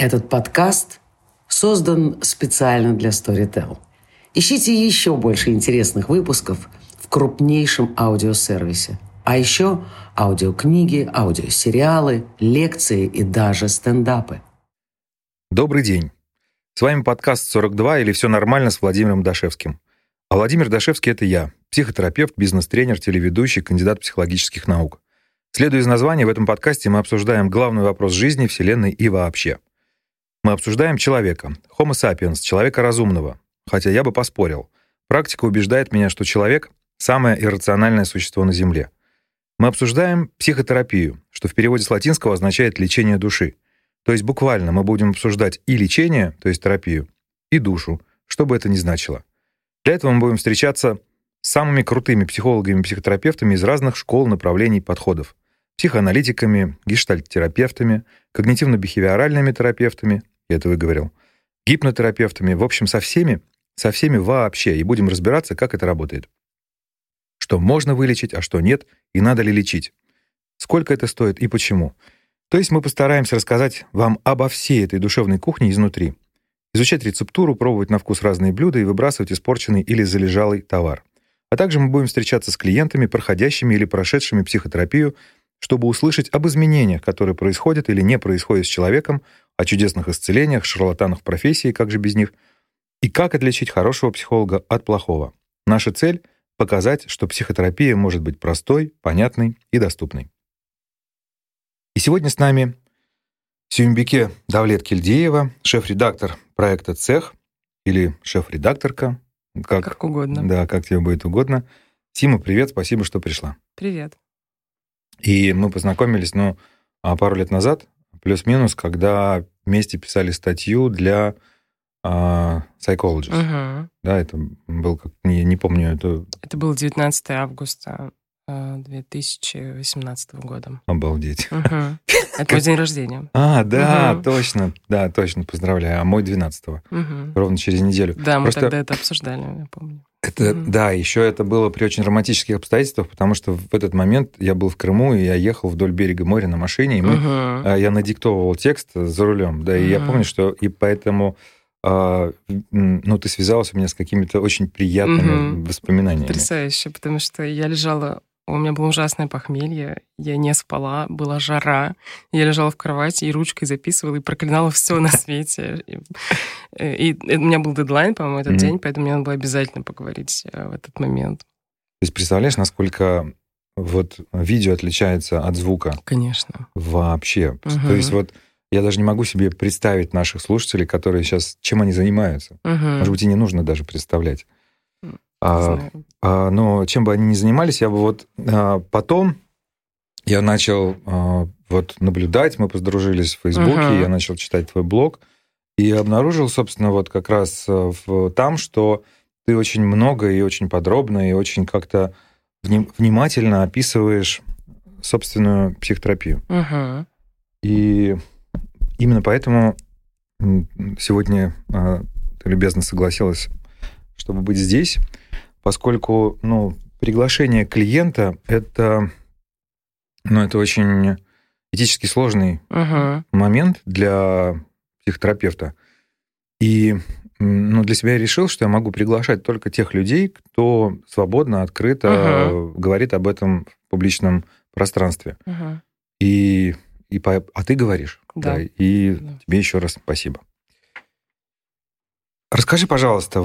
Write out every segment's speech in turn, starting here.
Этот подкаст создан специально для Storytel. Ищите еще больше интересных выпусков в крупнейшем аудиосервисе. А еще аудиокниги, аудиосериалы, лекции и даже стендапы. Добрый день. С вами подкаст 42 или «Все нормально» с Владимиром Дашевским. А Владимир Дашевский — это я, психотерапевт, бизнес-тренер, телеведущий, кандидат психологических наук. Следуя из названия, в этом подкасте мы обсуждаем главный вопрос жизни, Вселенной и вообще. Мы обсуждаем человека, Homo sapiens, человека разумного. Хотя я бы поспорил. Практика убеждает меня, что человек — самое иррациональное существо на Земле. Мы обсуждаем психотерапию, что в переводе с латинского означает «лечение души». То есть буквально мы будем обсуждать и лечение, то есть терапию, и душу, что бы это ни значило. Для этого мы будем встречаться с самыми крутыми психологами и психотерапевтами из разных школ, направлений, подходов. Психоаналитиками, гештальт-терапевтами, когнитивно-бихевиоральными терапевтами, я это выговорил, гипнотерапевтами, в общем, со всеми вообще, и будем разбираться, как это работает. Что можно вылечить, а что нет, и надо ли лечить. Сколько это стоит и почему. То есть мы постараемся рассказать вам обо всей этой душевной кухне изнутри. Изучать рецептуру, пробовать на вкус разные блюда и выбрасывать испорченный или залежалый товар. А также мы будем встречаться с клиентами, проходящими или прошедшими психотерапию, чтобы услышать об изменениях, которые происходят или не происходят с человеком, о чудесных исцелениях, шарлатанах в профессии, как же без них, и как отличить хорошего психолога от плохого. Наша цель — показать, что психотерапия может быть простой, понятной и доступной. И сегодня с нами Сюмбике Давлет-Кильдеева, шеф-редактор проекта «Цех» или шеф-редакторка. Как угодно. Да, как тебе будет угодно. Сима, привет, спасибо, что пришла. Привет. И мы познакомились, пару лет назад, плюс-минус, когда вместе писали статью для Psychologist. Угу. Да, это был, не помню, Это было 19 августа 2018 года. Обалдеть. Угу. Это мой день рождения. Да, точно. Да, точно, поздравляю. А мой 12-го. Угу. Ровно через неделю. Да, мы тогда это обсуждали, я помню. Да, еще это было при очень романтических обстоятельствах, потому что в этот момент я был в Крыму, и я ехал вдоль берега моря на машине, и я надиктовывал текст за рулем, да, и я помню, что и поэтому ты связалась у меня с какими-то очень приятными воспоминаниями. Потрясающе, потому что я лежала, у меня было ужасное похмелье, я не спала, была жара, я лежала в кровати и ручкой записывала, и проклинала все на свете. И у меня был дедлайн, по-моему, этот день, поэтому мне надо было обязательно поговорить в этот момент. То есть представляешь, насколько вот видео отличается от звука? Конечно. Вообще. То есть вот я даже не могу себе представить наших слушателей, которые сейчас, чем они занимаются. Может быть, и не нужно даже представлять. Но чем бы они ни занимались, я бы потом я начал наблюдать, мы подружились в Фейсбуке, я начал читать твой блог и обнаружил, собственно, как раз там, что ты очень много и очень подробно и очень как-то внимательно описываешь собственную психотерапию. И именно поэтому сегодня ты любезно согласилась, чтобы быть здесь, поскольку, приглашение клиента — это очень этически сложный момент для психотерапевта. И для себя я решил, что я могу приглашать только тех людей, кто свободно, открыто говорит об этом в публичном пространстве. А ты говоришь. Да. И тебе еще раз спасибо. Расскажи, пожалуйста,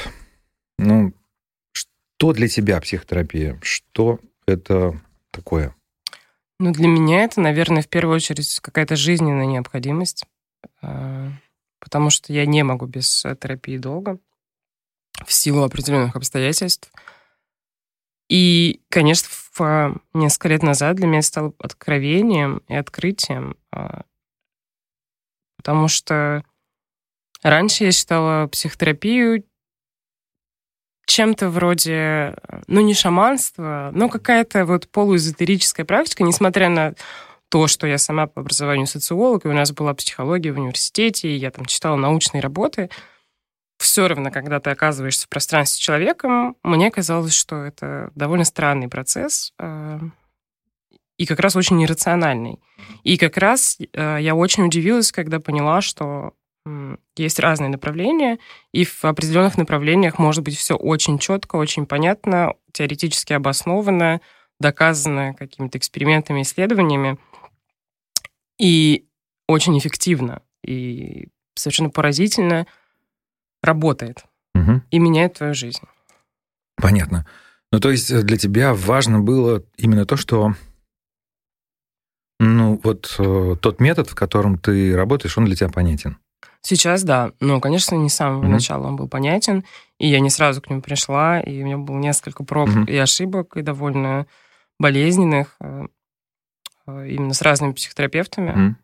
что для тебя психотерапия? Что это такое? Для меня это, наверное, в первую очередь какая-то жизненная необходимость, потому что я не могу без терапии долго в силу определенных обстоятельств. И, конечно, несколько лет назад для меня это стало откровением и открытием, потому что раньше я считала психотерапию чем-то вроде, не шаманства, но какая-то полуэзотерическая практика, несмотря на то, что я сама по образованию социолог, и у нас была психология в университете, и я там читала научные работы, все равно, когда ты оказываешься в пространстве с человеком, мне казалось, что это довольно странный процесс. и как раз очень иррациональный. И как раз я очень удивилась, когда поняла, что есть разные направления, и в определенных направлениях может быть все очень четко, очень понятно, теоретически обосновано, доказано какими-то экспериментами, исследованиями, и очень эффективно, и совершенно поразительно работает и меняет твою жизнь. Понятно. Ну, то есть для тебя важно было именно то, что тот метод, в котором ты работаешь, он для тебя понятен. Сейчас да, но, конечно, не с самого начала он был понятен, и я не сразу к нему пришла, и у меня было несколько проб и ошибок, и довольно болезненных, именно с разными психотерапевтами.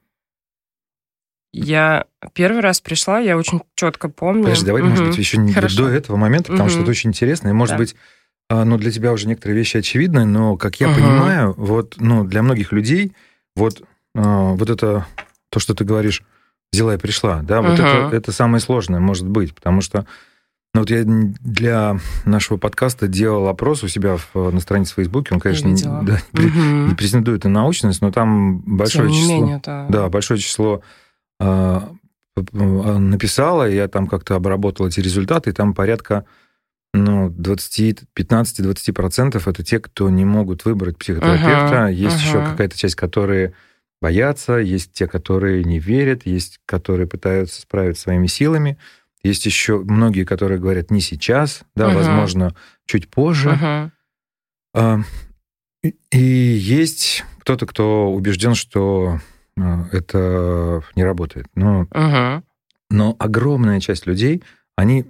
Я первый раз пришла, я очень четко помню... Подожди, давай, может быть, еще не до этого момента, потому что это очень интересно, и, может быть, для тебя уже некоторые вещи очевидны, но, как я понимаю, для многих людей вот это, то, что ты говоришь, взяла и пришла, да, это самое сложное, может быть, потому что я для нашего подкаста делал опрос у себя на странице в Фейсбуке, он, конечно, не претендует на научность, но там большое число написала, я там как-то обработал эти результаты, и там порядка 15-20% это те, кто не могут выбрать психотерапевта. Есть еще какая-то часть, которые боятся, есть те, которые не верят, есть, которые пытаются справиться своими силами, есть еще многие, которые говорят не сейчас, да, возможно, чуть позже. И есть кто-то, кто убежден, что это не работает. Но огромная часть людей, они,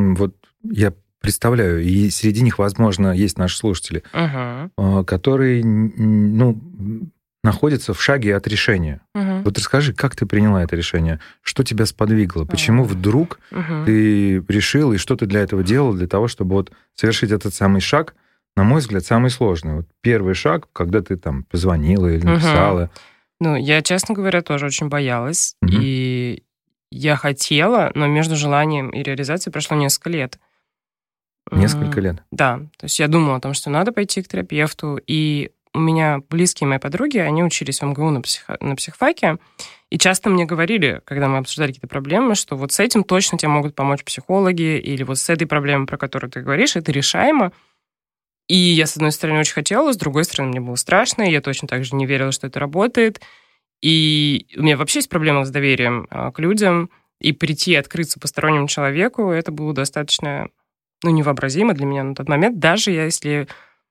я представляю, и среди них, возможно, есть наши слушатели, которые, находятся в шаге от решения. Вот расскажи, как ты приняла это решение? Что тебя сподвигло? Почему вдруг ты решила, и что ты для этого делала, для того, чтобы совершить этот самый шаг, на мой взгляд, самый сложный? Первый шаг, когда ты там позвонила или написала. Я, честно говоря, тоже очень боялась. И я хотела, но между желанием и реализацией прошло несколько лет. Несколько лет? Да. То есть я думала о том, что надо пойти к терапевту. И у меня близкие мои подруги, они учились в МГУ на психфаке. И часто мне говорили, когда мы обсуждали какие-то проблемы, что с этим точно тебе могут помочь психологи, или с этой проблемой, про которую ты говоришь, это решаемо. И я, с одной стороны, очень хотела, с другой стороны, мне было страшно, и я точно так же не верила, что это работает. И у меня вообще есть проблема с доверием к людям, и прийти и открыться постороннему человеку, это было достаточно, невообразимо для меня на тот момент, даже если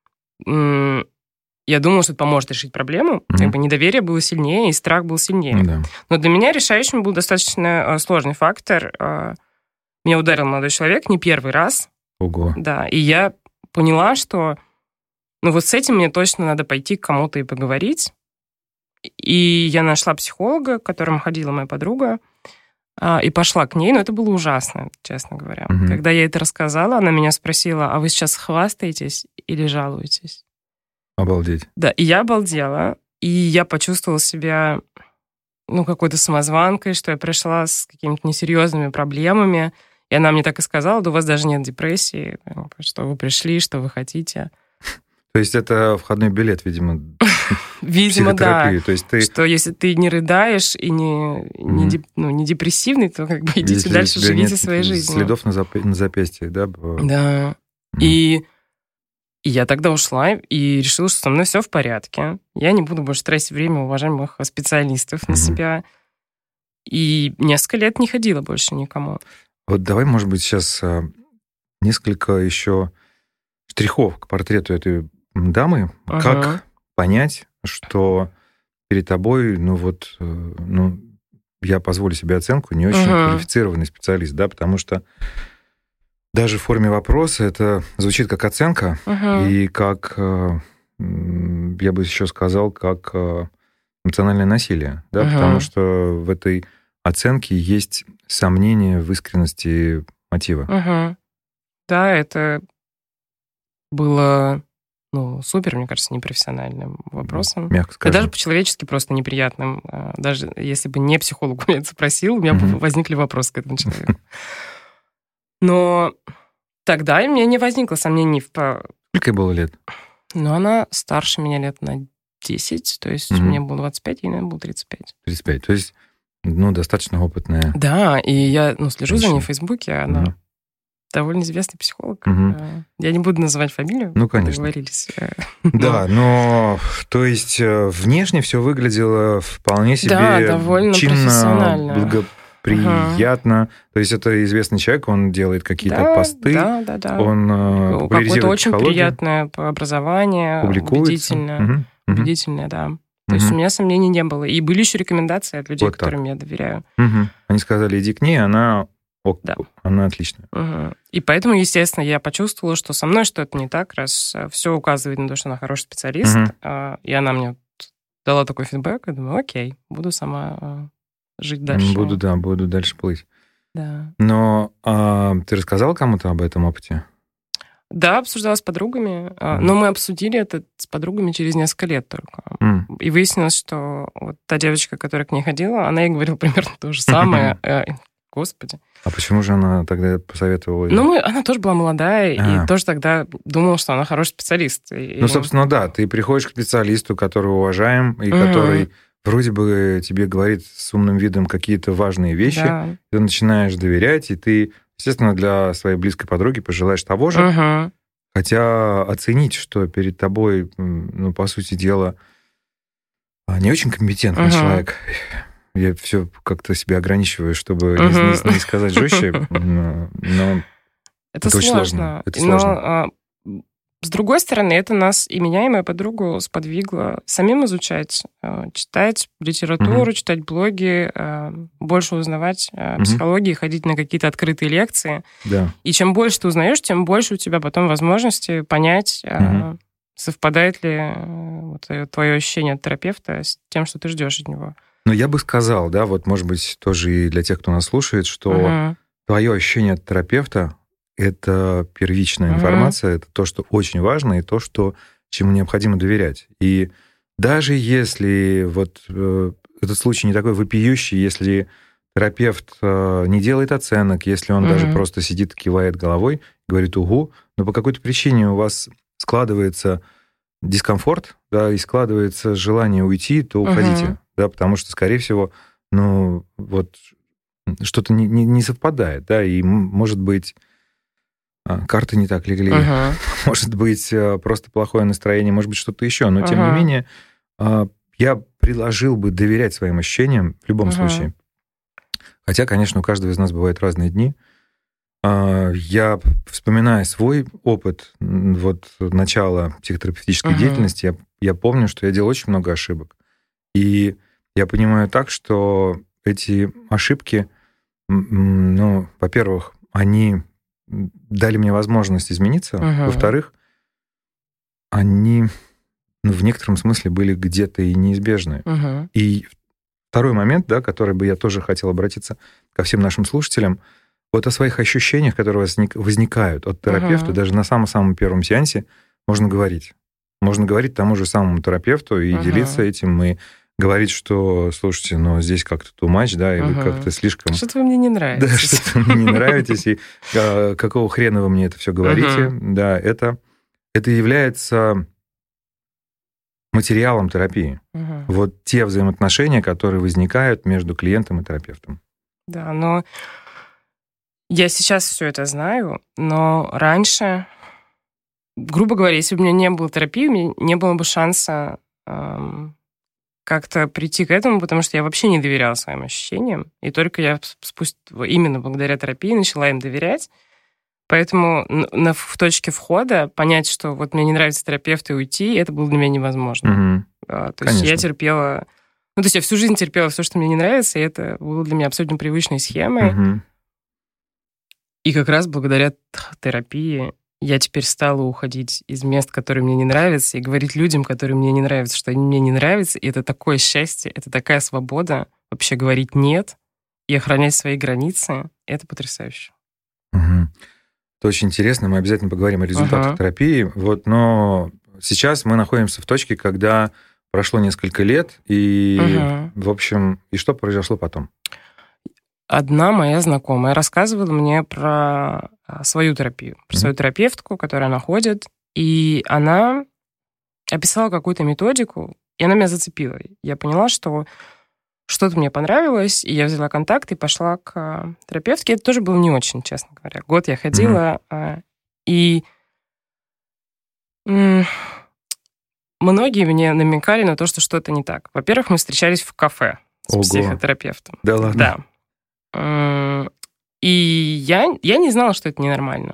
я думала, что это поможет решить проблему, недоверие было сильнее, и страх был сильнее. Да. Но для меня решающим был достаточно сложный фактор. Меня ударил молодой человек не первый раз. Ого. Да, и я поняла, что с этим мне точно надо пойти к кому-то и поговорить. И я нашла психолога, к которому ходила моя подруга, и пошла к ней, но это было ужасно, честно говоря. Когда я это рассказала, она меня спросила, а вы сейчас хвастаетесь или жалуетесь? Обалдеть. Да, и я обалдела, и я почувствовала себя, какой-то самозванкой, что я пришла с какими-то несерьезными проблемами. И она мне так и сказала, да у вас даже нет депрессии, что вы пришли, что вы хотите. То есть это входной билет, видимо, видимо, да. То есть ты... Что если ты не рыдаешь и не депрессивный, то идите если дальше, живите своей жизнью. Следов на запястьях, да? Да. И я тогда ушла и решила, что со мной все в порядке. Я не буду больше тратить время уважаемых специалистов на себя. И несколько лет не ходила больше никому. Давай, может быть, сейчас несколько еще штрихов к портрету этой дамы. Как понять, что перед тобой, я позволю себе оценку, не очень квалифицированный специалист, да, потому что даже в форме вопроса это звучит как оценка и как, я бы еще сказал, как эмоциональное насилие, да, потому что в этой оценке есть сомнение в искренности мотива. Да, это было, супер, мне кажется, непрофессиональным вопросом. Мягко скажем. И даже по-человечески просто неприятным. Даже если бы не психолог меня это спросил, у меня бы возникли вопросы к этому человеку. Но тогда у меня не возникло сомнений Сколько ей было лет? Она старше меня лет на 10, то есть мне было 25, ей, наверное, было 35. 35, то есть, достаточно опытная. Да, и я, слежу за ней в Фейсбуке, она довольно известный психолог. Я не буду называть фамилию. Конечно. Договорились. Да, но, то есть, внешне все выглядело вполне себе довольно чинно, профессионально. Благоприятно. То есть, это известный человек, он делает какие-то посты. Да. Он популяризирует какое-то очень психологию. Приятное образование. Публикуется. Убедительное, да. То есть у меня сомнений не было. И были еще рекомендации от людей, которым я доверяю. Они сказали, иди к ней, она отличная. И поэтому, естественно, я почувствовала, что со мной что-то не так, раз все указывает на то, что она хороший специалист, и она мне дала такой фидбэк, я думаю, окей, буду сама жить дальше. Буду дальше плыть. Да. Но ты рассказала кому-то об этом опыте? Да, обсуждала с подругами, но мы обсудили это с подругами через несколько лет только. И выяснилось, что вот та девочка, которая к ней ходила, она ей говорила примерно то же самое. Господи. А почему же она тогда посоветовала? Она тоже была молодая, и тоже тогда думала, что она хороший специалист. Собственно, да, ты приходишь к специалисту, которого уважаем, и который вроде бы тебе говорит с умным видом какие-то важные вещи, ты начинаешь доверять, и ты, естественно, для своей близкой подруги пожелаешь того же, хотя оценить, что перед тобой, по сути дела, не очень компетентный человек. Я все как-то себя ограничиваю, чтобы не сказать жестче, но это сложно. Это сложно. Но, с другой стороны, это нас, и меня, и мою подругу, сподвигло самим изучать, читать литературу, читать блоги, больше узнавать о психологии, ходить на какие-то открытые лекции. Да. И чем больше ты узнаешь, тем больше у тебя потом возможности понять, совпадает ли твое ощущение от терапевта с тем, что ты ждешь от него. Но я бы сказал, да, вот, может быть, тоже и для тех, кто нас слушает, что твое ощущение от терапевта — это первичная информация, это то, что очень важно, и то, чему необходимо доверять. И даже если этот случай не такой вопиющий, если терапевт не делает оценок, если он даже просто сидит и кивает головой, говорит «угу», но по какой-то причине у вас складывается дискомфорт, да, и складывается желание уйти, то уходите. Да, потому что, скорее всего, что-то не совпадает, да, и, может быть, карты не так легли, может быть, просто плохое настроение, может быть, что-то еще, но, тем не менее, я предложил бы доверять своим ощущениям в любом случае. Хотя, конечно, у каждого из нас бывают разные дни. Я, вспоминая свой опыт начала психотерапевтической деятельности, я помню, что я делал очень много ошибок. И я понимаю так, что эти ошибки, во-первых, они дали мне возможность измениться, во-вторых, они в некотором смысле были где-то и неизбежны. И второй момент, да, который бы я тоже хотел обратиться ко всем нашим слушателям, о своих ощущениях, которые возникают от терапевта, даже на самом-самом первом сеансе, можно говорить. Можно говорить тому же самому терапевту и делиться этим, и говорить, что, слушайте, здесь как-то too much, да, и вы как-то слишком... Что-то вы мне не нравитесь. Да, что-то вы мне не нравитесь, и какого хрена вы мне это все говорите. Да, это является материалом терапии. Вот те взаимоотношения, которые возникают между клиентом и терапевтом. Да, но я сейчас все это знаю, но раньше, грубо говоря, если бы у меня не было терапии, у меня не было бы шанса как-то прийти к этому, потому что я вообще не доверяла своим ощущениям. И только я именно благодаря терапии начала им доверять. Поэтому в точке входа понять, что мне не нравится терапевт, и уйти, это было для меня невозможно. То есть я терпела... то есть я всю жизнь терпела все, что мне не нравится, и это было для меня абсолютно привычной схемой. И как раз благодаря терапии я теперь стала уходить из мест, которые мне не нравятся, и говорить людям, которые мне не нравятся, что они мне не нравятся. И это такое счастье, это такая свобода вообще говорить «нет» и охранять свои границы. Это потрясающе. Это очень интересно. Мы обязательно поговорим о результатах терапии. Но сейчас мы находимся в точке, когда прошло несколько лет, и, в общем, и что произошло потом? Одна моя знакомая рассказывала мне про свою терапию, про свою терапевтку, которую она ходит, и она описала какую-то методику, И она меня зацепила. Я поняла, что что-то мне понравилось, и я взяла контакт и пошла к терапевтке. Это тоже было не очень, честно говоря. Год я ходила, и многие мне намекали на то, что что-то не так. Во-первых, мы встречались в кафе с психотерапевтом. Да ладно? Да. И я не знала, что это ненормально.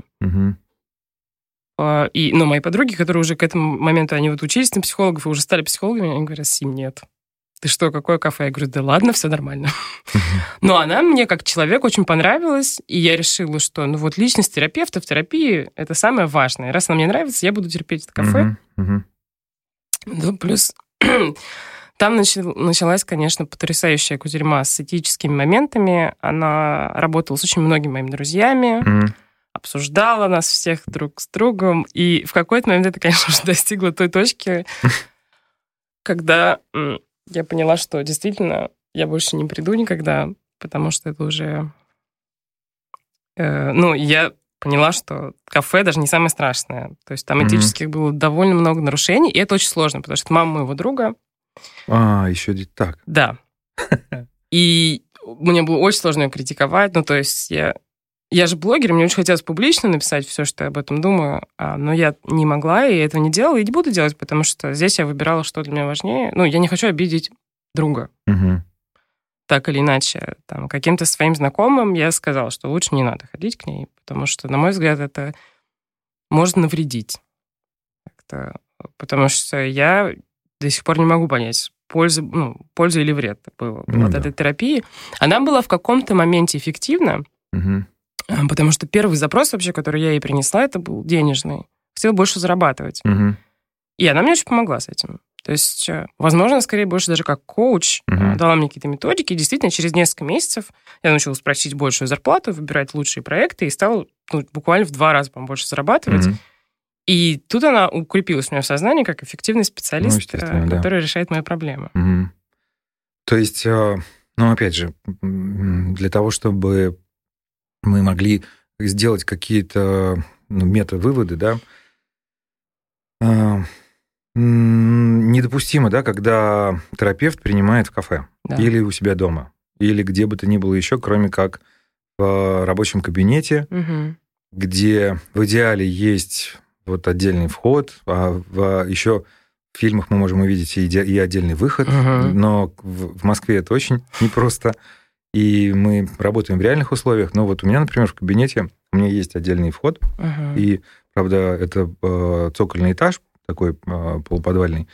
Но мои подруги, которые уже к этому моменту, они вот учились на психологов и уже стали психологами, они говорят: Сим, нет. Ты что, какое кафе? Я говорю: да ладно, все нормально. Но она мне как человек очень понравилась, и я решила, что личность терапевта в терапии — это самое важное. Раз она мне нравится, я буду терпеть это кафе. Плюс там началась, конечно, потрясающая кутерьма с этическими моментами. Она работала с очень многими моими друзьями, обсуждала нас всех друг с другом. И в какой-то момент это, конечно же, достигло той точки, когда я поняла, что действительно я больше не приду никогда, потому что это уже... я поняла, что кафе даже не самое страшное. То есть там этических было довольно много нарушений, и это очень сложно, потому что это мама моего друга. Еще так. Да. И мне было очень сложно ее критиковать. То есть я же блогер, мне очень хотелось публично написать все, что я об этом думаю, но я не могла, и этого не делала, и не буду делать, потому что здесь я выбирала, что для меня важнее. Я не хочу обидеть друга. Так или иначе. Каким-то своим знакомым я сказала, что лучше не надо ходить к ней, потому что, на мой взгляд, это может навредить. Потому что я до сих пор не могу понять, польза или вред было от этой терапии. Она была в каком-то моменте эффективна, потому что первый запрос вообще, который я ей принесла, это был денежный. Хотела больше зарабатывать. И она мне очень помогла с этим. То есть, возможно, скорее больше даже как коуч дала мне какие-то методики. И действительно, через несколько месяцев я научилась просить большую зарплату, выбирать лучшие проекты и стала буквально в 2 раза, по-моему, больше зарабатывать. И тут она укрепилась у меня в сознании как эффективный специалист, который решает мои проблемы. То есть, опять же, для того, чтобы мы могли сделать какие-то мета-выводы, да, недопустимо, да, когда терапевт принимает в кафе или у себя дома, или где бы то ни было еще, кроме как в рабочем кабинете, где в идеале есть отдельный вход, еще в фильмах мы можем увидеть и отдельный выход, но в Москве это очень непросто, и мы работаем в реальных условиях. Но у меня, например, в кабинете у меня есть отдельный вход, и, правда, это цокольный этаж, такой полуподвальный.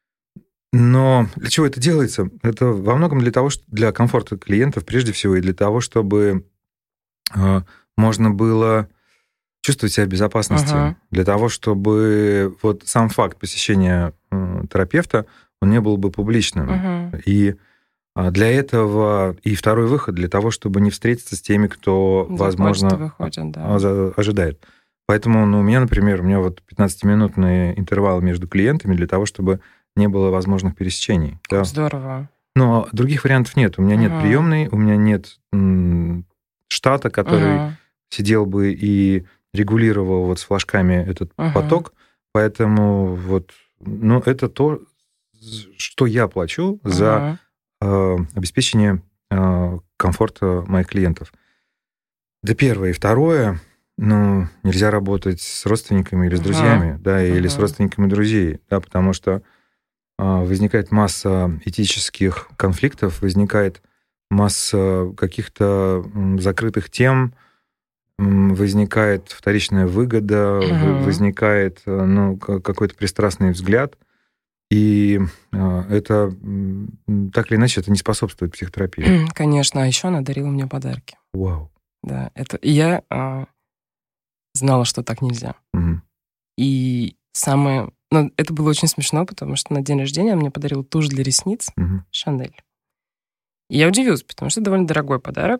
Но для чего это делается? Это во многом для комфорта клиентов, прежде всего, и для того, чтобы можно было чувствовать себя в безопасности, для того, чтобы сам факт посещения терапевта, он не был бы публичным. И для этого и второй выход, для того, чтобы не встретиться с теми, кто, возможно, ожидает. Поэтому у меня, например, 15-минутный интервал между клиентами для того, чтобы не было возможных пересечений. Да. Здорово. Но других вариантов нет. У меня нет приемной, у меня нет штата, который сидел бы и регулировал с флажками этот поток. Поэтому это то, что я плачу за обеспечение комфорта моих клиентов. Это первое. И второе, нельзя работать с родственниками или с друзьями, да, или с родственниками друзей, да, потому что возникает масса этических конфликтов, возникает масса каких-то закрытых тем, возникает вторичная выгода, возникает какой-то пристрастный взгляд, и это так или иначе это не способствует психотерапии. Конечно, а еще она дарила мне подарки. Вау. Да, и я знала, что так нельзя. И самое... это было очень смешно, потому что на день рождения она мне подарила тушь для ресниц Шанель. И я удивилась, потому что это довольно дорогой подарок.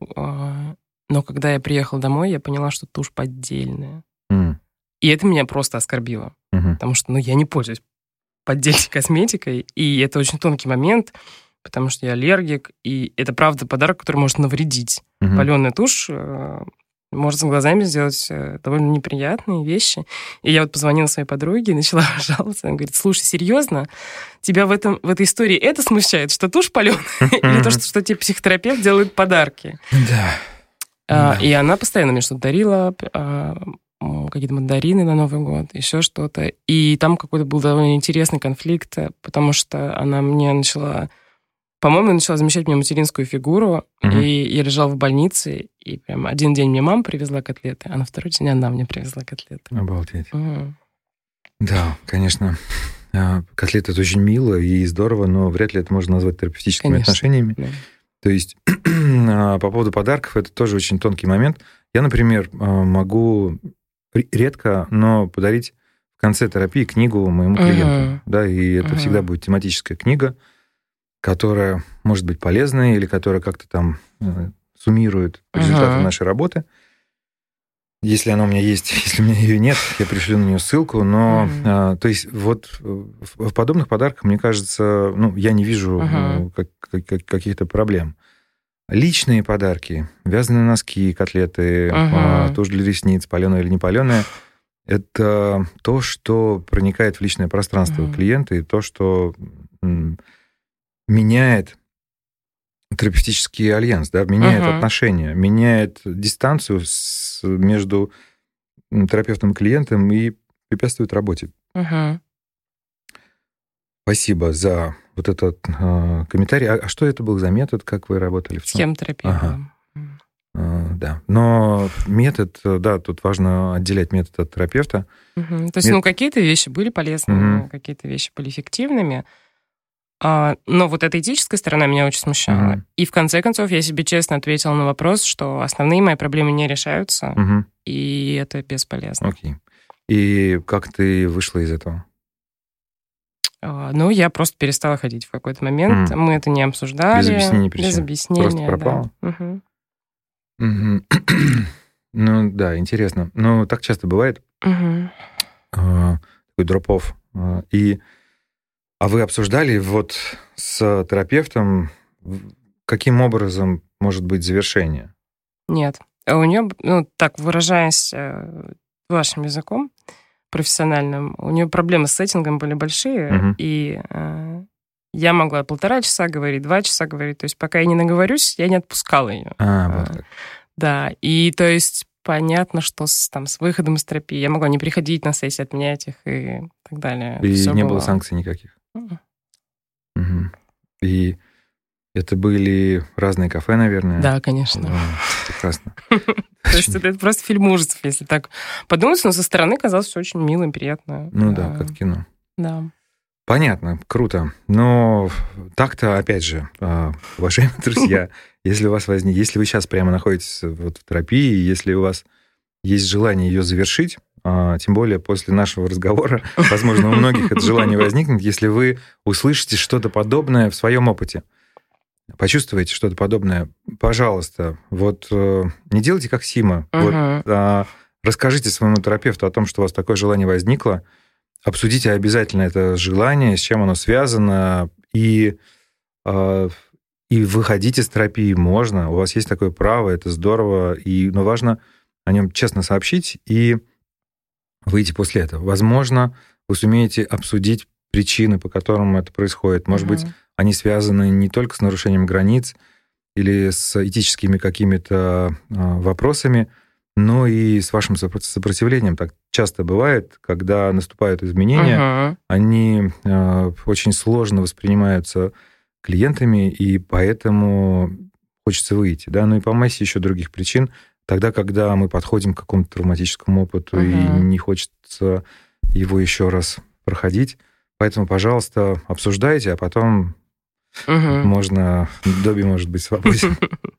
Но когда я приехала домой, я поняла, что тушь поддельная. И это меня просто оскорбило. Потому что я не пользуюсь поддельной косметикой, и это очень тонкий момент, потому что я аллергик, и это, правда, подарок, который может навредить. Паленая тушь может с глазами сделать довольно неприятные вещи. И я вот позвонила своей подруге и начала жаловаться. Она говорит, слушай, серьезно? Тебя в этой истории это смущает, что тушь паленая? Или то, что тебе психотерапевт делает подарки? Да. И она постоянно мне что-то дарила, какие-то мандарины на Новый год, еще что-то. И там какой-то был довольно интересный конфликт, потому что она мне начала замещать мне материнскую фигуру, и я лежала в больнице, и прям один день мне мама привезла котлеты, а на второй день она мне привезла котлеты. Обалдеть. Да, конечно. Котлеты — это очень мило и здорово, но вряд ли это можно назвать терапевтическими отношениями. Да. То есть по поводу подарков это тоже очень тонкий момент. Я, например, могу редко, но подарить в конце терапии книгу моему клиенту. Да, и это всегда будет тематическая книга, которая может быть полезной или которая как-то там суммирует результаты нашей работы. Если она у меня есть, если у меня ее нет, я пришлю на нее ссылку. Но, то есть, вот в подобных подарках, мне кажется, я не вижу каких-то проблем. Личные подарки, вязаные носки, котлеты, тушь для ресниц, паленая или не паленая, это то, что проникает в личное пространство клиента, и то, что меняет терапевтический альянс, да, меняет отношения, меняет дистанцию между терапевтом и клиентом и препятствует работе. Спасибо за вот этот комментарий. А что это был за метод, как вы работали? Схемотерапия. Да. Но метод, да, тут важно отделять метод от терапевта. То есть, какие-то вещи были полезными, какие-то вещи были эффективными. Но вот эта этическая сторона меня очень смущала. И в конце концов я себе честно ответила на вопрос, что основные мои проблемы не решаются, и это бесполезно. Окей. И как ты вышла из этого? Я просто перестала ходить в какой-то момент. Мы это не обсуждали. Без объяснений причин? Без объяснения, просто пропало? Да. Да, интересно. Так часто бывает. Такой дроп-офф. А вы обсуждали вот с терапевтом, каким образом может быть завершение? Нет. У нее, так выражаясь вашим языком профессиональным, у нее проблемы с сеттингом были большие, и я могла 1,5 часа говорить, 2 часа говорить. То есть пока я не наговорюсь, я не отпускала ее. Вот так. Да, и то есть понятно, что с выходом из терапии я могла не приходить на сессии, отменять их и так далее. И не было санкций никаких? И это были разные кафе, наверное? Да, конечно. Прекрасно. То есть это просто фильм ужасов, если так подумать, но со стороны казалось все очень милым, приятно. Да, как в кино. Да. Понятно, круто. Но так-то, опять же, уважаемые друзья, если вы сейчас прямо находитесь в терапии, если у вас есть желание ее завершить, тем более после нашего разговора, возможно, у многих это желание возникнет, если вы услышите что-то подобное в своем опыте, почувствуете что-то подобное, пожалуйста, не делайте как Сима. Расскажите своему терапевту о том, что у вас такое желание возникло, обсудите обязательно это желание, с чем оно связано, и выходить из терапии можно. У вас есть такое право, это здорово, но важно о нем честно сообщить и выйти после этого. Возможно, вы сумеете обсудить причины, по которым это происходит. Может быть, они связаны не только с нарушением границ или с этическими какими-то вопросами, но и с вашим сопротивлением. Так часто бывает, когда наступают изменения, они очень сложно воспринимаются клиентами, и поэтому хочется выйти. Да? И по массе еще других причин. Тогда, когда мы подходим к какому-то травматическому опыту, и не хочется его еще раз проходить. Поэтому, пожалуйста, обсуждайте, а потом Добби может быть свободен.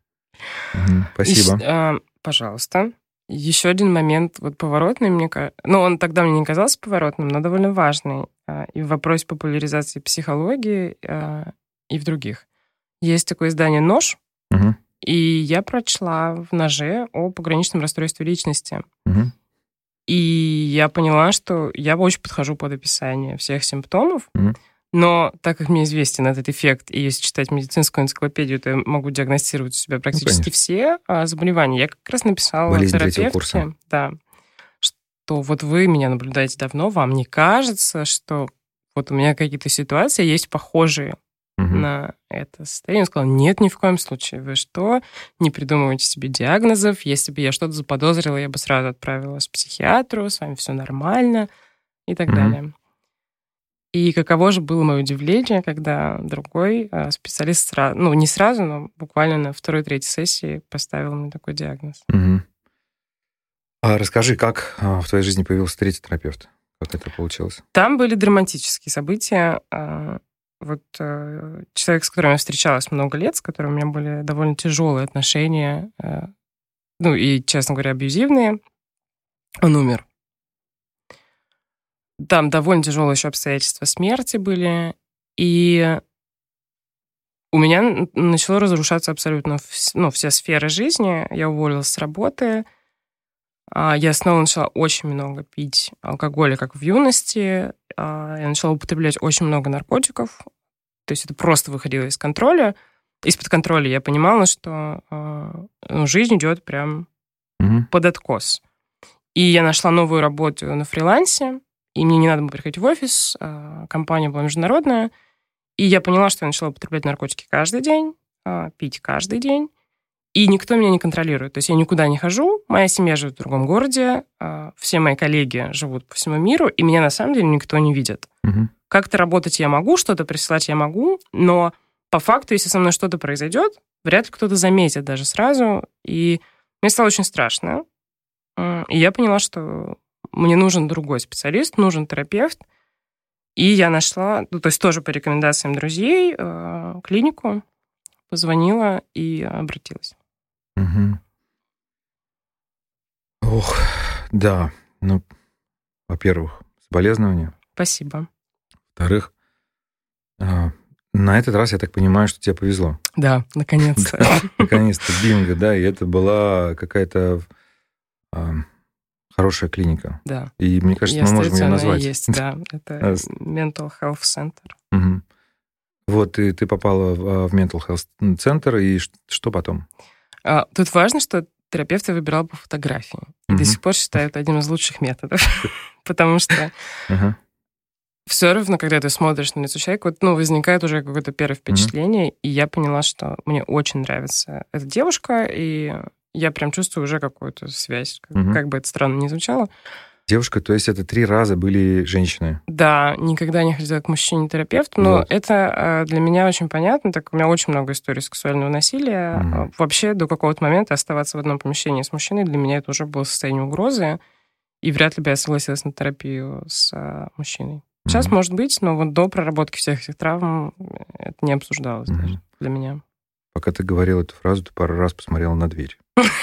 Спасибо. Пожалуйста. Еще один момент поворотный, мне кажется. Он тогда мне не казался поворотным, но довольно важный. И в вопросе популяризации психологии, и в других. Есть такое издание «Нож», и я прочла в «Ноже» о пограничном расстройстве личности. И я поняла, что я очень подхожу под описание всех симптомов, Но так как мне известен этот эффект, и если читать медицинскую энциклопедию, то я могу диагностировать у себя практически все заболевания. Я как раз написала терапевтке, да, что вот вы меня наблюдаете давно, вам не кажется, что вот у меня какие-то ситуации есть похожие на это состояние? Он сказал, нет, ни в коем случае. Вы что? Не придумывайте себе диагнозов. Если бы я что-то заподозрила, я бы сразу отправила к психиатру, с вами все нормально и так далее. И каково же было мое удивление, когда другой специалист не сразу, но буквально на 2-3 сессии поставил мне такой диагноз. А расскажи, как в твоей жизни появился третий терапевт? Как это получилось? Там были драматические события. Вот человек, с которым я встречалась много лет, с которым у меня были довольно тяжелые отношения, и, честно говоря, абьюзивные, он умер. Там довольно тяжелые еще обстоятельства смерти были, и у меня начало разрушаться абсолютно вся сфера жизни. Я уволилась с работы, я снова начала очень много пить алкоголя, как в юности, я начала употреблять очень много наркотиков, то есть это просто выходило из-под контроля. Я понимала, что жизнь идет прям под откос. И я нашла новую работу на фрилансе, и мне не надо было приходить в офис, компания была международная, и я поняла, что я начала употреблять наркотики каждый день, пить каждый день, и никто меня не контролирует. То есть я никуда не хожу, моя семья живет в другом городе, все мои коллеги живут по всему миру, и меня на самом деле никто не видит. Как-то работать я могу, что-то присылать я могу, но по факту, если со мной что-то произойдет, вряд ли кто-то заметит даже сразу, и мне стало очень страшно. И я поняла, что мне нужен другой специалист, нужен терапевт. И я нашла, то есть тоже по рекомендациям друзей, клинику, позвонила и обратилась. Ох, да. Во-первых, соболезнования. Спасибо. Во-вторых, на этот раз, я так понимаю, что тебе повезло. Да, наконец-то. Наконец-то, бинго, да, и это была какая-то хорошая клиника. Да. И мне кажется, мы можем ее назвать. Есть, да. Это Mental Health Center. Вот, и ты попала в Mental Health Center, и что потом? Тут важно, что терапевт я выбирала по фотографии. И до сих пор считаю это одним из лучших методов. Потому что все равно, когда ты смотришь на лицо человека, возникает уже какое-то первое впечатление, и я поняла, что мне очень нравится эта девушка, и я прям чувствую уже какую-то связь, как бы это странно ни звучало. Девушка, то есть это 3 раза были женщины? Да, никогда не ходила к мужчине-терапевту, но это для меня очень понятно, так как у меня очень много историй сексуального насилия. Вообще до какого-то момента оставаться в одном помещении с мужчиной, для меня это уже было состояние угрозы, и вряд ли бы я согласилась на терапию с мужчиной. Сейчас, может быть, но вот до проработки всех этих травм это не обсуждалось даже для меня. Пока ты говорил эту фразу, ты пару раз посмотрела на дверь.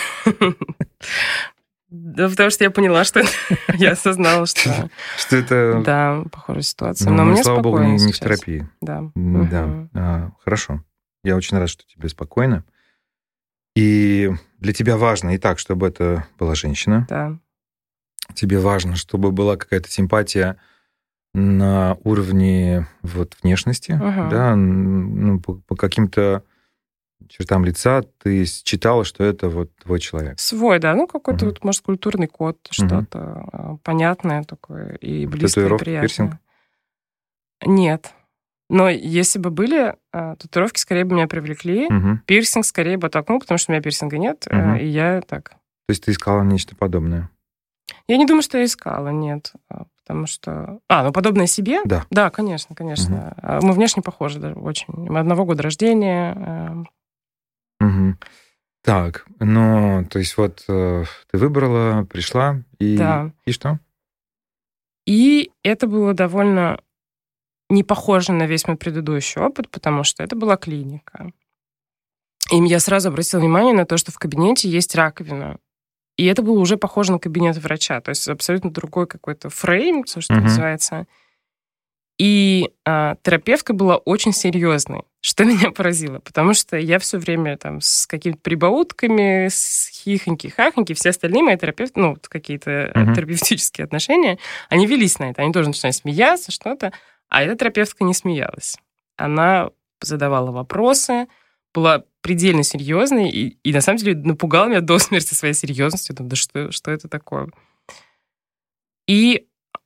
Да, потому что я поняла, что я осознала, что это... Да, похожая ситуация. Но мне слава богу, не в сейчас. терапии. Да. Да. Хорошо. Я очень рад, что тебе спокойно. И для тебя важно и так, чтобы это была женщина. Да. Тебе важно, чтобы была какая-то симпатия на уровне внешности, да, по каким-то чертам лица ты считала, что это твой человек. Свой, да, какой-то может, культурный код, что-то понятное такое и близкое, и приятное. Пирсинг? Нет. Но если бы были, татуировки скорее бы меня привлекли, пирсинг скорее бы оттолкнул, потому что у меня пирсинга нет, и я так... То есть ты искала нечто подобное? Я не думаю, что я искала, нет. Потому что... подобное себе? Да. Да, конечно. Мы внешне похожи даже очень. Мы одного года рождения. Так, то есть ты выбрала, пришла, и, да. И что? И это было довольно не похоже на весь мой предыдущий опыт, потому что это была клиника. И я сразу обратила внимание на то, что в кабинете есть раковина. И это было уже похоже на кабинет врача, то есть абсолютно другой какой-то фрейм, что называется. И терапевтка была очень серьезной, что меня поразило, потому что я все время там с какими-то прибаутками, с хихоньки-хахоньки, все остальные мои терапевты, какие-то терапевтические отношения, они велись на это, они тоже начинали смеяться, что-то. А эта терапевтка не смеялась. Она задавала вопросы, была предельно серьезной и на самом деле напугала меня до смерти своей серьезностью. Да что это такое? И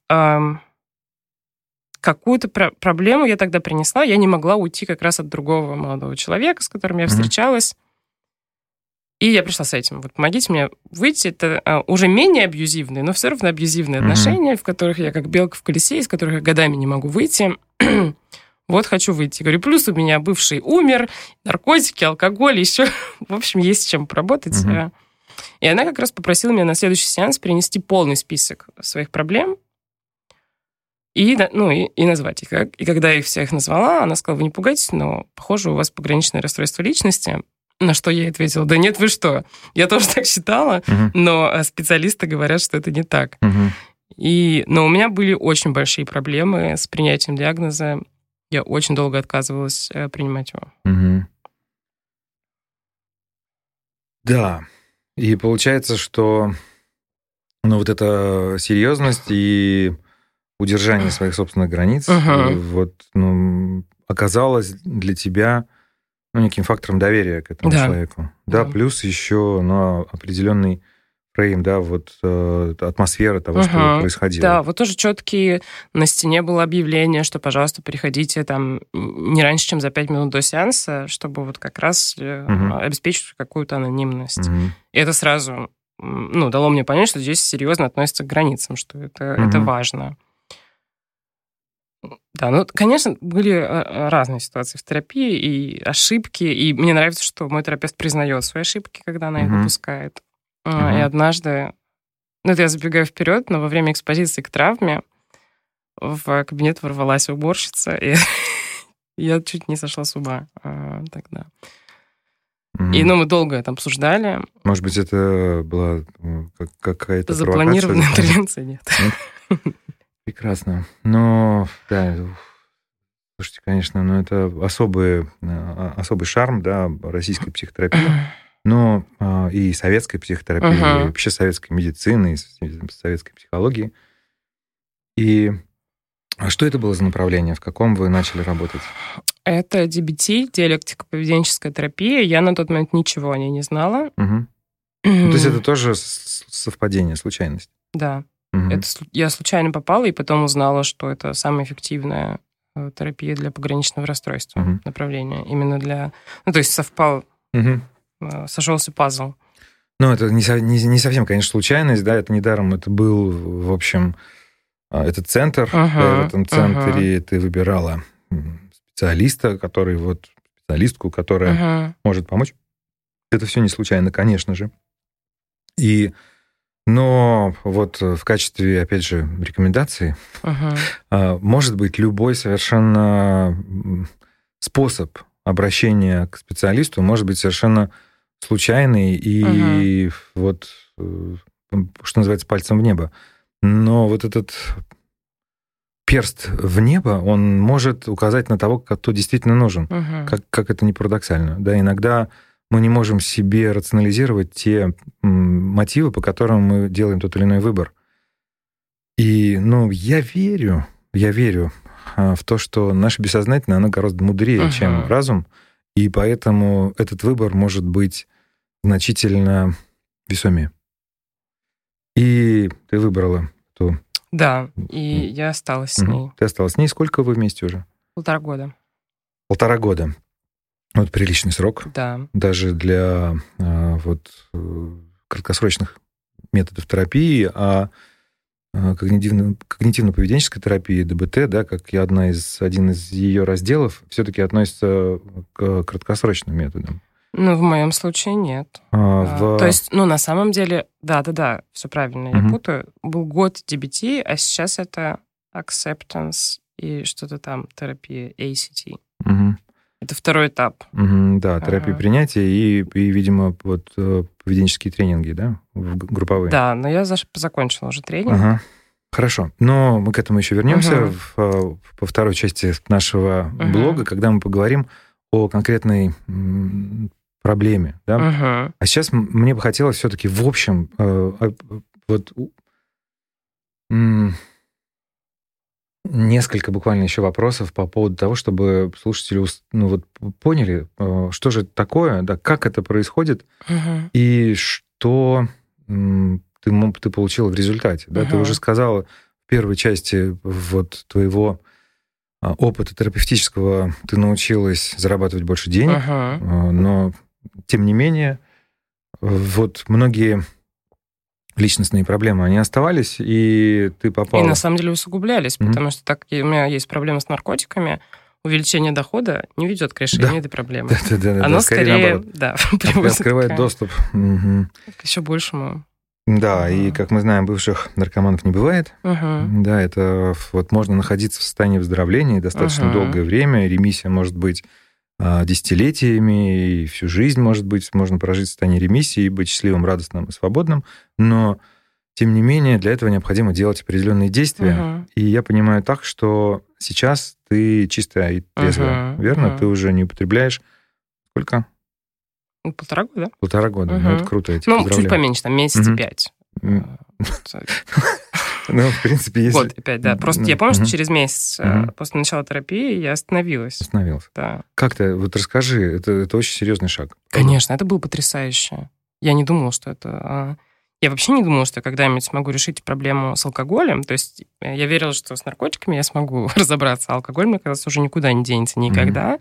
какую-то проблему я тогда принесла. Я не могла уйти как раз от другого молодого человека, с которым я встречалась. И я пришла с этим. Вот помогите мне выйти. Это уже менее абьюзивные, но все равно абьюзивные отношения, в которых я как белка в колесе, из которых я годами не могу выйти. Вот хочу выйти. Говорю, плюс у меня бывший умер, наркотики, алкоголь, еще, в общем, есть с чем поработать. И она как раз попросила меня на следующий сеанс принести полный список своих проблем и назвать их. И когда я их всех назвала, она сказала, вы не пугайтесь, но, похоже, у вас пограничное расстройство личности. На что я ответила, да нет, вы что? Я тоже так считала, но специалисты говорят, что это не так. Но у меня были очень большие проблемы с принятием диагноза. Я очень долго отказывалась принимать его. Да. И получается, что вот эта серьезность и удержание своих собственных границ оказалось для тебя неким фактором доверия к этому человеку. Да, плюс еще определенный фрейм, атмосфера того, что происходило. Да, вот тоже четкие на стене было объявление, что, пожалуйста, приходите там не раньше, чем за 5 минут до сеанса, чтобы вот как раз обеспечить какую-то анонимность. И это сразу дало мне понять, что здесь серьезно относятся к границам, что это важно. Да, конечно, были разные ситуации в терапии и ошибки, и мне нравится, что мой терапевт признает свои ошибки, когда она их допускает. И однажды, это я забегаю вперед, но во время экспозиции к травме в кабинет ворвалась уборщица, и я чуть не сошла с ума тогда. И мы долго это обсуждали. Может быть, это была какая-то запланированная интервенция? Нет. Прекрасно. Но, да, слушайте, конечно, это особый шарм, российской психотерапии, но и советской психотерапии, и вообще советской медицины, и советской психологии. И что это было за направление? В каком вы начали работать? Это DBT, диалектико-поведенческая терапия. Я на тот момент ничего о ней не знала. То есть это тоже совпадение, случайность? Да. Я случайно попала и потом узнала, что это самая эффективная терапия для пограничного расстройства направления. Именно для... то есть совпал, сошелся пазл. Это не совсем, конечно, случайность, да, это недаром. Это был, в общем, этот центр. В этом центре ты выбирала специалиста, специалистку, которая может помочь. Это все не случайно, конечно же. Но в качестве, опять же, рекомендации может быть любой совершенно способ обращения к специалисту может быть совершенно случайный и что называется, пальцем в небо. Но этот перст в небо, он может указать на того, кто действительно нужен. Как это ни парадоксально. Да, иногда мы не можем себе рационализировать те мотивы, по которым мы делаем тот или иной выбор. И, я верю в то, что наше бессознательное, оно гораздо мудрее, чем разум, и поэтому этот выбор может быть значительно весомее. И ты выбрала ту... Да, и я осталась с ней. Ты осталась с ней. Сколько вы вместе уже? 1,5 года. 1,5 года. Приличный срок. Да. Даже для краткосрочных методов терапии, а когнитивно-поведенческой терапии, ДБТ, как один из ее разделов, все-таки относится к краткосрочным методам. В моем случае нет. То есть, на самом деле, да, все правильно, я путаю. Был год DBT, а сейчас это acceptance и что-то там, терапия ACT. Это второй этап. Да, терапия принятия и, видимо, поведенческие тренинги, да, групповые. Да, но я закончила уже тренинг. Хорошо. Но мы к этому еще вернемся во второй части нашего блога, когда мы поговорим о конкретной проблеме. Да? А сейчас мне бы хотелось все-таки в общем Несколько буквально еще вопросов по поводу того, чтобы слушатели поняли, что же это такое, да, как это происходит, и что ты получила в результате. Да? Ты уже сказала в первой части вот твоего опыта терапевтического, ты научилась зарабатывать больше денег, но тем не менее вот многие личностные проблемы, они оставались, и ты попала... И на самом деле усугублялись, потому что так как у меня есть проблемы с наркотиками, увеличение дохода не ведет к решению этой проблемы. Да, оно скорее открывает доступ к еще большему. Да, и, как мы знаем, бывших наркоманов не бывает. Да, это вот можно находиться в состоянии выздоровления достаточно долгое время, ремиссия может быть десятилетиями, и всю жизнь, может быть, можно прожить в состоянии ремиссии и быть счастливым, радостным и свободным, но, тем не менее, для этого необходимо делать определенные действия. И я понимаю так, что сейчас ты чистая и трезвая, верно? Ты уже не употребляешь... Сколько? 1,5 года. 1,5 года. Ну, это круто, я тебя поздравляю. Чуть поменьше, там, месяц 5. Ну, в принципе, если... Год и 5, да. Просто я помню, что через месяц после начала терапии я остановилась. Остановился. Да. Как-то, вот расскажи, это очень серьезный шаг. Конечно, это было потрясающе. Я не думала, что это... Я вообще не думала, что я когда-нибудь смогу решить проблему с алкоголем. То есть я верила, что с наркотиками я смогу разобраться, а алкоголь, мне казалось, уже никуда не денется никогда.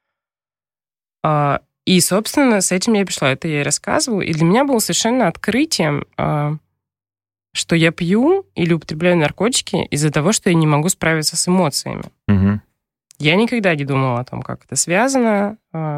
И, собственно, с этим я пришла. Это я и рассказываю. И для меня было совершенно открытием, что я пью или употребляю наркотики из-за того, что я не могу справиться с эмоциями. Я никогда не думала о том, как это связано.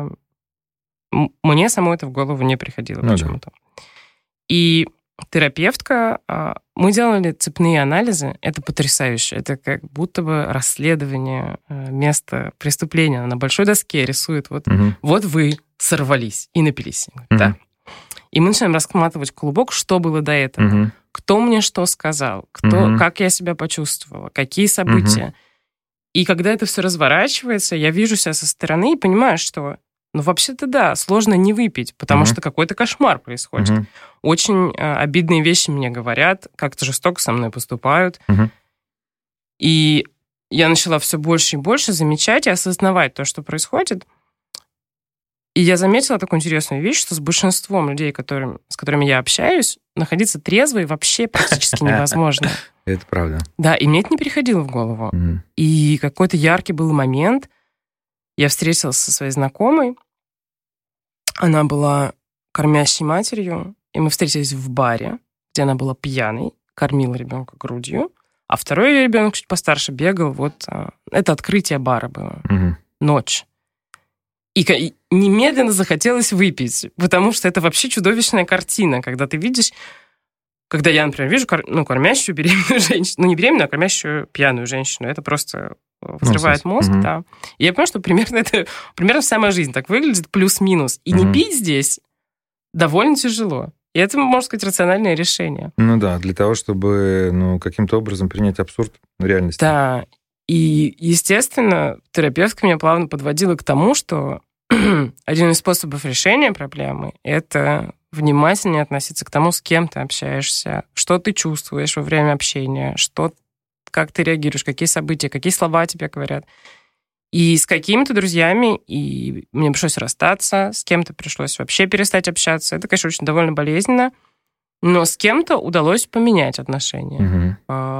Мне самой это в голову не приходило почему-то. И терапевтка... Мы делали цепные анализы. Это потрясающе. Это как будто бы расследование места преступления. Она на большой доске рисует. Вот вы сорвались и напились. Да. И мы начинаем раскладывать клубок, что было до этого. Кто мне что сказал, как я себя почувствовала, какие события. И когда это все разворачивается, я вижу себя со стороны и понимаю, что, вообще-то да, сложно не выпить, потому что какой-то кошмар происходит. Очень обидные вещи мне говорят, как-то жестоко со мной поступают. И я начала все больше и больше замечать и осознавать то, что происходит. И я заметила такую интересную вещь, что с большинством людей, с которыми я общаюсь, находиться трезвой вообще практически невозможно. Это правда. Да, и мне это не приходило в голову. И какой-то яркий был момент. Я встретилась со своей знакомой. Она была кормящей матерью, и мы встретились в баре, где она была пьяной, кормила ребенка грудью, а второй ее ребенок чуть постарше бегал. Вот это открытие бара было. Ночь. И немедленно захотелось выпить, потому что это вообще чудовищная картина, когда ты видишь, когда я, например, вижу кормящую беременную женщину, не беременную, а кормящую пьяную женщину, это просто взрывает мозг, да. И я понимаю, что примерно вся моя жизнь так выглядит, плюс-минус. И не пить здесь довольно тяжело. И это, можно сказать, рациональное решение. Ну да, для того, чтобы каким-то образом принять абсурд реальности. Да. И, естественно, терапевтка меня плавно подводила к тому, что один из способов решения проблемы — это внимательнее относиться к тому, с кем ты общаешься, что ты чувствуешь во время общения, как ты реагируешь, какие события, какие слова тебе говорят. И с какими-то друзьями, и мне пришлось расстаться, с кем-то пришлось вообще перестать общаться. Это, конечно, очень довольно болезненно, но с кем-то удалось поменять отношения.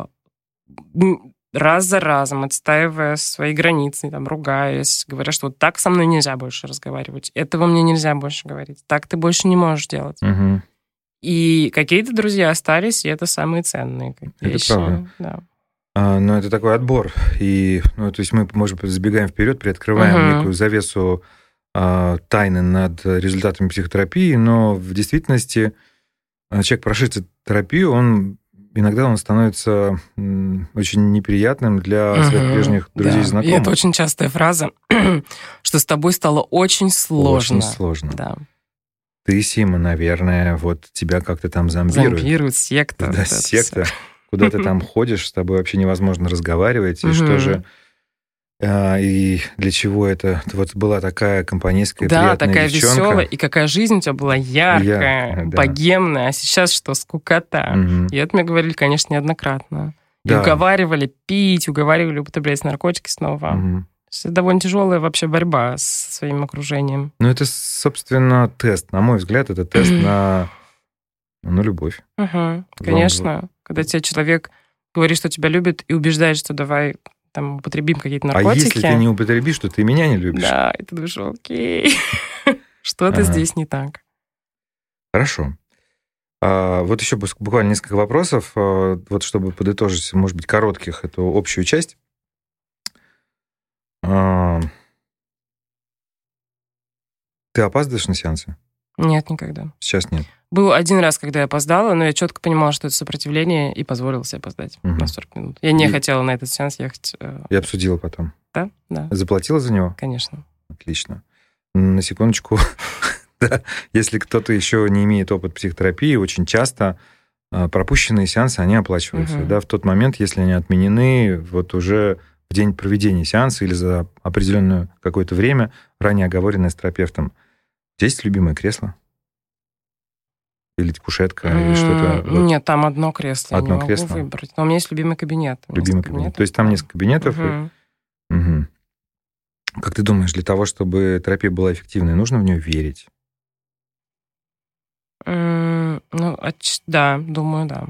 Раз за разом, отстаивая свои границы, ругаясь, говоря, что вот так со мной нельзя больше разговаривать, этого мне нельзя больше говорить, так ты больше не можешь делать. И какие-то друзья остались, и это самые ценные вещи. Это правда. Да. Но это такой отбор. И, то есть мы, может быть, забегаем вперед, приоткрываем некую завесу тайны над результатами психотерапии, но в действительности человек, прошедший терапию, иногда он становится очень неприятным для своих прежних друзей и знакомых. И это очень частая фраза, что с тобой стало очень сложно. Очень сложно. Да. Ты, Сима, наверное, вот тебя как-то там зомбируют. Зомбируют, секта. Да, секта. Куда ты там ходишь, с тобой вообще невозможно разговаривать. И что же... И для чего это? Вот была такая компанейская, приятная такая девчонка. веселая, и какая жизнь у тебя была яркая, богемная, а сейчас что, скукота. И это мне говорили, конечно, неоднократно. И уговаривали пить, уговаривали употреблять наркотики снова. Мгм. Это довольно тяжелая вообще борьба с своим окружением. Ну, это, собственно, тест. На мой взгляд, это тест на любовь. Конечно. Когда тебе человек говорит, что тебя любит, и убеждает, что давай там употребим какие-то А наркотики. если ты не употребишь, то ты меня не любишь. Да, и ты думаешь, окей, что-то Ага. здесь не так. Хорошо. Вот еще буквально несколько вопросов, вот чтобы подытожить, может быть, коротких, эту общую часть. А, Ты опаздываешь на сеансы? Нет, никогда. Сейчас нет. Был один раз, когда я опоздала, но я четко понимала, что это сопротивление, и позволила себе опоздать на 40 минут. Я не хотела на этот сеанс ехать. И обсудила потом. Да, да, Заплатила за него? конечно. Отлично. На секундочку. Да, если кто-то еще не имеет опыт психотерапии, очень часто пропущенные сеансы, они оплачиваются. Мгм. Да, в тот момент, если они отменены, вот уже в день проведения сеанса или за определенное какое-то время, ранее оговоренное с терапевтом. У тебя есть любимое кресло? Или кушетка, или что-то? Вот, Нет, там одно кресло. Одно я не кресло? могу выбрать. Но у меня есть любимый кабинет. любимый кабинет. То есть там несколько кабинетов. Мгм. Мгм. Как ты думаешь, для того, чтобы терапия была эффективной, нужно в нее верить? Ну, да, думаю, да.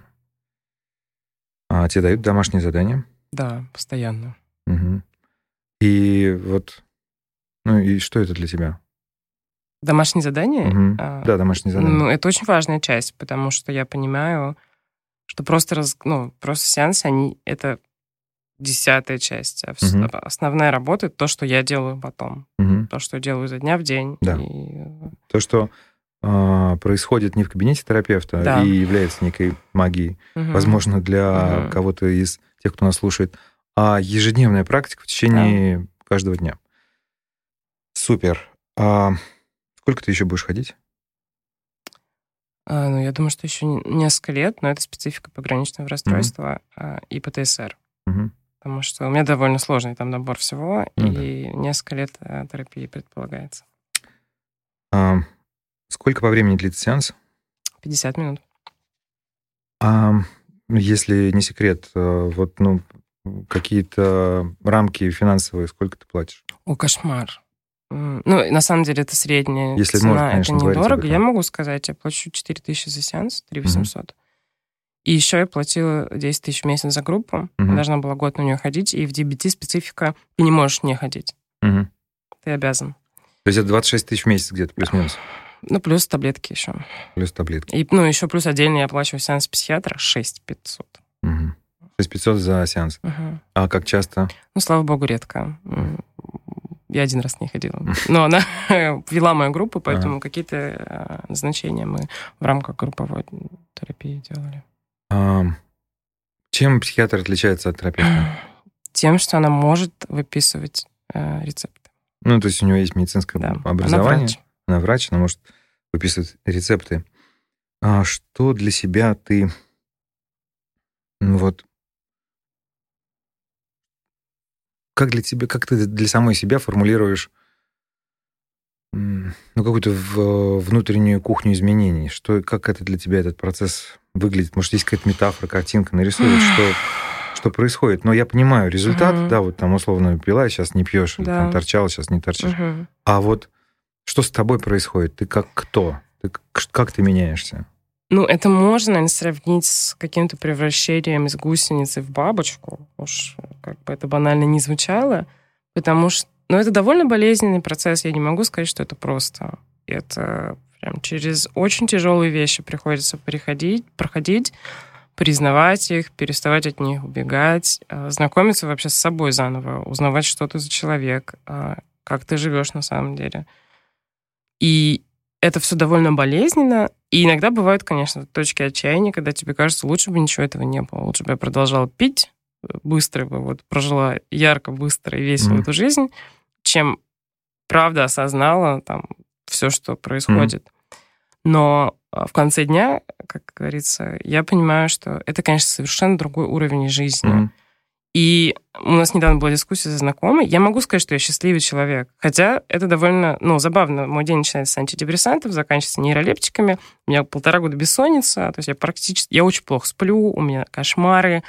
А тебе дают домашние задания? Да, постоянно. Мгм. И вот, ну и что это для тебя? Домашние задания? Мгм. Да, домашние задания. Ну, это очень важная часть, потому что я понимаю, что просто сеансы, это 10-я часть. А Мгм. основная работа — это то, что я делаю потом. Мгм. То, что я делаю изо дня в день. Да. И, То, что происходит не в кабинете терапевта Да. и является некой магией, возможно, для Мгм. кого-то из тех, кто нас слушает, а ежедневная практика в течение каждого дня. Супер. Сколько ты еще будешь ходить? Ну, я думаю, что еще несколько лет, но это специфика пограничного расстройства и ПТСР. Мгм. Потому что у меня довольно сложный там набор всего, Ну и несколько лет терапии предполагается. А, Сколько по времени длится сеанс? 50 минут. Если не секрет, вот, какие-то рамки финансовые, сколько ты платишь? О, кошмар. Ну, на самом деле, это средняя Если цена, можно, конечно, это говорить об недорого. этом. Я могу сказать, я плачу 4000 за сеанс, 3800. И еще я платила 10 тысяч в месяц за группу. Мгм. Я должна была год на нее ходить, и в DBT специфика, ты не можешь не ходить. Мгм. Ты обязан. То есть это 26 тысяч в месяц где-то, плюс-минус, Ну, плюс таблетки еще. плюс таблетки. И, еще плюс отдельно я оплачиваю сеанс психиатра 6500. Мгм. 6500 за сеанс. А как часто? Ну, слава богу, редко. Я один раз не ходила. Но она вела мою группу, поэтому какие-то назначения мы в рамках групповой терапии делали. Чем психиатр отличается от терапевта? Тем, что она может выписывать рецепты. Ну, то есть у него есть медицинское Да. образование. Она врач. Она врач, она может выписывать рецепты. А что для себя ты... Как ты для самой себя формулируешь какую-то внутреннюю кухню изменений? Как это для тебя этот процесс выглядит? Может, есть какая-то метафора, картинка, нарисовать, что происходит? Но я понимаю результат, да, вот там условно пила, сейчас не пьешь, или там торчала, сейчас не торчишь. А вот что с тобой происходит? Ты как кто? Как ты меняешься? Ну, это можно, наверное, сравнить с каким-то превращением из гусеницы в бабочку. Уж как бы это банально не звучало. Потому что... Ну, это довольно болезненный процесс. Я не могу сказать, что это просто. Это прям через очень тяжелые вещи приходится проходить, признавать их, переставать от них убегать, знакомиться вообще с собой заново, узнавать, что ты за человек, как ты живешь на самом деле. И это все довольно болезненно. И иногда бывают, конечно, точки отчаяния, когда тебе кажется, лучше бы ничего этого не было. Лучше бы я продолжала пить, быстро бы прожила ярко, быстро и весело эту жизнь, чем правда осознала там все, что происходит. Но в конце дня, как говорится, я понимаю, что это, конечно, совершенно другой уровень жизни. И у нас недавно была дискуссия со знакомой. Я могу сказать, что я счастливый человек. Хотя это довольно, забавно. Мой день начинается с антидепрессантов, заканчивается нейролептиками. У меня 1,5 года бессонница. То есть я очень плохо сплю, у меня кошмары,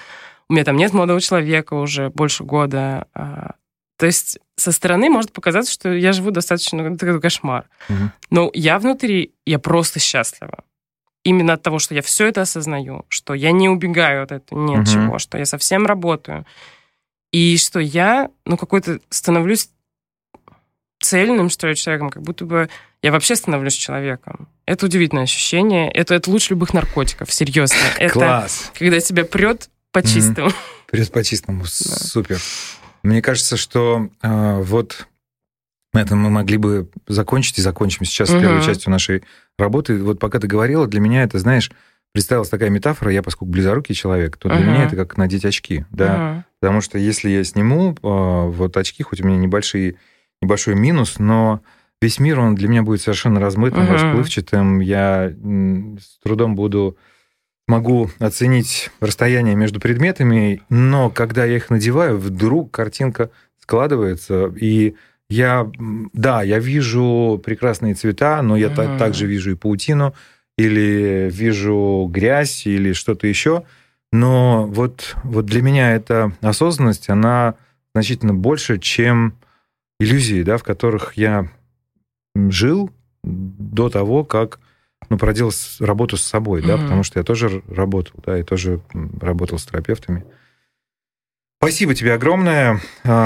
у меня там нет молодого человека уже больше года. То есть со стороны может показаться, что я живу достаточно такой кошмар. Но я внутри, я просто счастлива. Именно от того, что я все это осознаю, что я не убегаю от этого ни от чего, что я совсем работаю. И что я, какой-то становлюсь цельным, что ли, человеком, как будто бы я вообще становлюсь человеком. Это удивительное ощущение. Это лучше любых наркотиков, серьезно. Класс! Это когда тебя прет по-чистому. Прет по-чистому, супер. Мне кажется, что вот на этом мы могли бы закончить и закончим сейчас первой частью нашей работы. Вот пока ты говорила, для меня это, знаешь, представилась такая метафора, я, поскольку близорукий человек, то для меня это как надеть очки, да, потому что если я сниму вот очки, хоть у меня небольшой минус, но весь мир, он для меня будет совершенно размытым, расплывчатым, я с трудом могу оценить расстояние между предметами, но когда я их надеваю, вдруг картинка складывается, и я вижу прекрасные цвета, но я также вижу и паутину, или вижу грязь, или что-то еще. Но вот для меня эта осознанность, она значительно больше, чем иллюзии, да, в которых я жил до того, как проделал работу с собой, да, потому что я тоже работал, да, и тоже работал с терапевтами. Спасибо тебе огромное.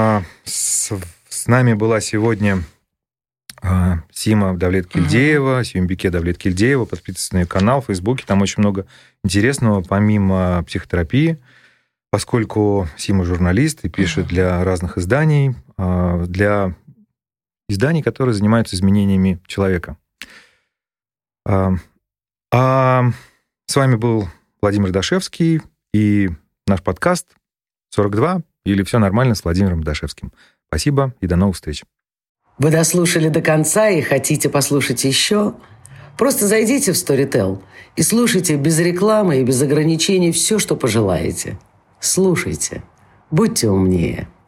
С нами была сегодня Сима Давлет-Кильдеева, Сюмбике Давлет-Кильдеева. Подписывайтесь на ее канал в Фейсбуке, там очень много интересного, помимо психотерапии, поскольку Сима журналист и пишет для разных изданий, для изданий, которые занимаются изменениями человека. А с вами был Владимир Дашевский и наш подкаст 42 или «Все нормально» с Владимиром Дашевским. Спасибо и до новых встреч. Вы дослушали до конца и хотите послушать еще? Просто зайдите в Storytel и слушайте без рекламы и без ограничений все, что пожелаете. Слушайте. Будьте умнее.